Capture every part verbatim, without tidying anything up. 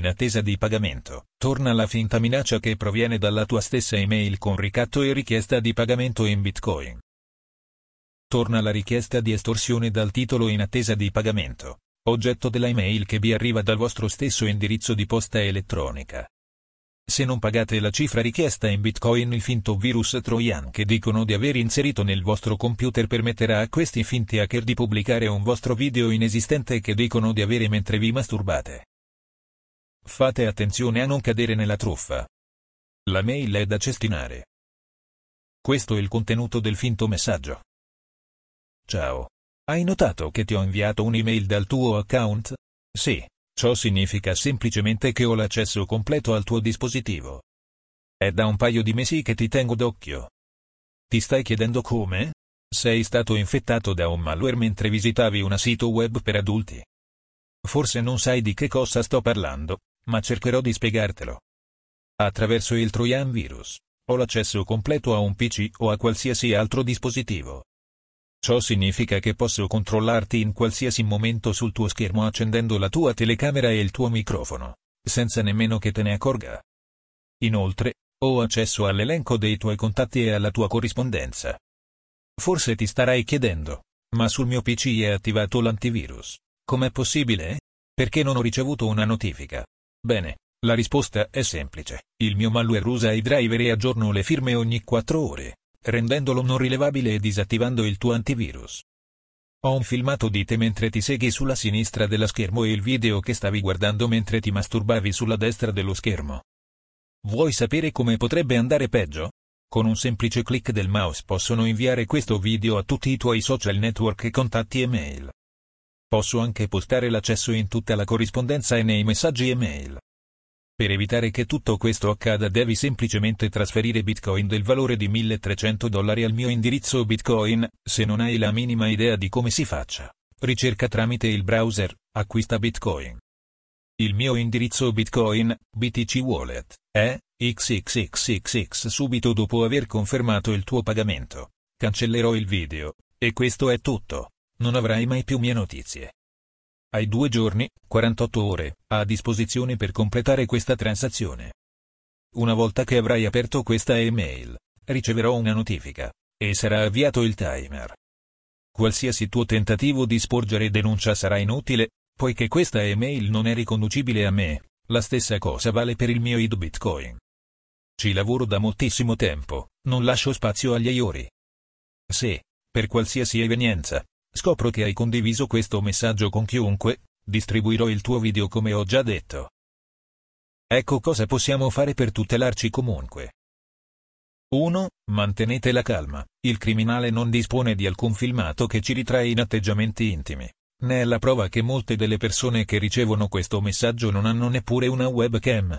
In attesa di pagamento, torna la finta minaccia che proviene dalla tua stessa email con ricatto e richiesta di pagamento in Bitcoin. Torna la richiesta di estorsione dal titolo in attesa di pagamento, oggetto della email che vi arriva dal vostro stesso indirizzo di posta elettronica. Se non pagate la cifra richiesta in Bitcoin, il finto virus Trojan che dicono di aver inserito nel vostro computer permetterà a questi finti hacker di pubblicare un vostro video inesistente che dicono di avere mentre vi masturbate. Fate attenzione a non cadere nella truffa. La mail è da cestinare. Questo è il contenuto del finto messaggio. Ciao. Hai notato che ti ho inviato un'email dal tuo account? Sì, ciò significa semplicemente che ho l'accesso completo al tuo dispositivo. È da un paio di mesi che ti tengo d'occhio. Ti stai chiedendo come? Sei stato infettato da un malware mentre visitavi un sito web per adulti. Forse non sai di che cosa sto parlando, ma cercherò di spiegartelo. Attraverso il Trojan virus, ho l'accesso completo a un P C o a qualsiasi altro dispositivo. Ciò significa che posso controllarti in qualsiasi momento sul tuo schermo accendendo la tua telecamera e il tuo microfono, senza nemmeno che te ne accorga. Inoltre, ho accesso all'elenco dei tuoi contatti e alla tua corrispondenza. Forse ti starai chiedendo, ma sul mio P C è attivato l'antivirus. Com'è possibile? Perché non ho ricevuto una notifica? Bene, la risposta è semplice. Il mio malware usa i driver e aggiorno le firme ogni quattro ore, rendendolo non rilevabile e disattivando il tuo antivirus. Ho un filmato di te mentre ti segui sulla sinistra dello schermo e il video che stavi guardando mentre ti masturbavi sulla destra dello schermo. Vuoi sapere come potrebbe andare peggio? Con un semplice click del mouse possono inviare questo video a tutti i tuoi social network e contatti email. Posso anche postare l'accesso in tutta la corrispondenza e nei messaggi email. Per evitare che tutto questo accada devi semplicemente trasferire Bitcoin del valore di milletrecento dollari al mio indirizzo Bitcoin. Se non hai la minima idea di come si faccia, ricerca tramite il browser, acquista Bitcoin. Il mio indirizzo Bitcoin, B T C Wallet, è xxxxx. Subito dopo aver confermato il tuo pagamento, cancellerò il video, e questo è tutto. Non avrai mai più mie notizie. Hai due giorni, quarantotto ore, a disposizione per completare questa transazione. Una volta che avrai aperto questa email, riceverò una notifica, e sarà avviato il timer. Qualsiasi tuo tentativo di sporgere denuncia sarà inutile, poiché questa email non è riconducibile a me. La stessa cosa vale per il mio I D Bitcoin. Ci lavoro da moltissimo tempo, non lascio spazio agli aiori. Se, per qualsiasi evenienza, scopro che hai condiviso questo messaggio con chiunque, distribuirò il tuo video come ho già detto. Ecco cosa possiamo fare per tutelarci comunque. uno. Mantenete la calma. Il criminale non dispone di alcun filmato che ci ritrae in atteggiamenti intimi. Ne è la prova che molte delle persone che ricevono questo messaggio non hanno neppure una webcam.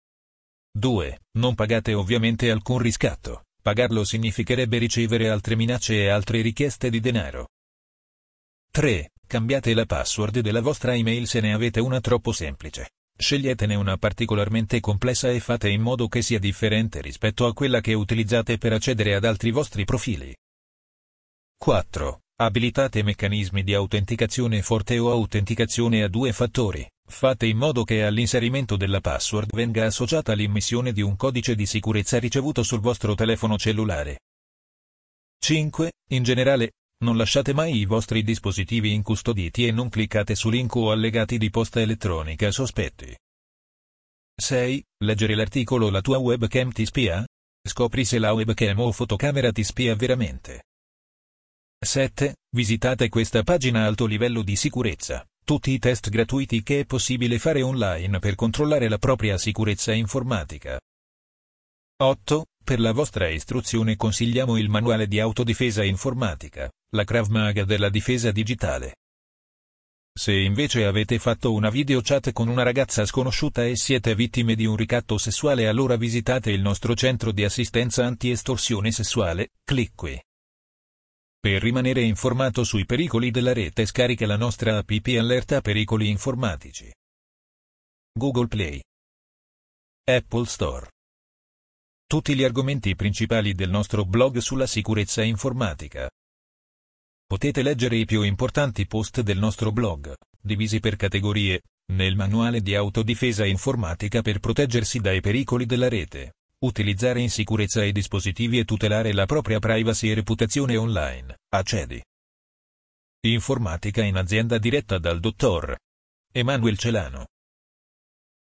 due. Non pagate ovviamente alcun riscatto. Pagarlo significherebbe ricevere altre minacce e altre richieste di denaro. tre. Cambiate la password della vostra email se ne avete una troppo semplice. Sceglietene una particolarmente complessa e fate in modo che sia differente rispetto a quella che utilizzate per accedere ad altri vostri profili. quattro. Abilitate meccanismi di autenticazione forte o autenticazione a due fattori. Fate in modo che all'inserimento della password venga associata l'immissione di un codice di sicurezza ricevuto sul vostro telefono cellulare. cinque. In generale, non lasciate mai i vostri dispositivi incustoditi e non cliccate su link o allegati di posta elettronica sospetti. sei. Leggere l'articolo La tua webcam ti spia? Scopri se la webcam o fotocamera ti spia veramente. sette. Visitate questa pagina a alto livello di sicurezza. Tutti i test gratuiti che è possibile fare online per controllare la propria sicurezza informatica. otto. Per la vostra istruzione consigliamo il manuale di autodifesa informatica, la Krav Maga della difesa digitale. Se invece avete fatto una video chat con una ragazza sconosciuta e siete vittime di un ricatto sessuale, allora visitate il nostro centro di assistenza anti-estorsione sessuale, clic qui. Per rimanere informato sui pericoli della rete scarica la nostra app Allerta Pericoli Informatici. Google Play. Apple Store. Tutti gli argomenti principali del nostro blog sulla sicurezza informatica. Potete leggere i più importanti post del nostro blog, divisi per categorie, nel manuale di autodifesa informatica per proteggersi dai pericoli della rete, utilizzare in sicurezza i dispositivi e tutelare la propria privacy e reputazione online. Accedi. Informatica in azienda diretta dal dottor Emanuel Celano.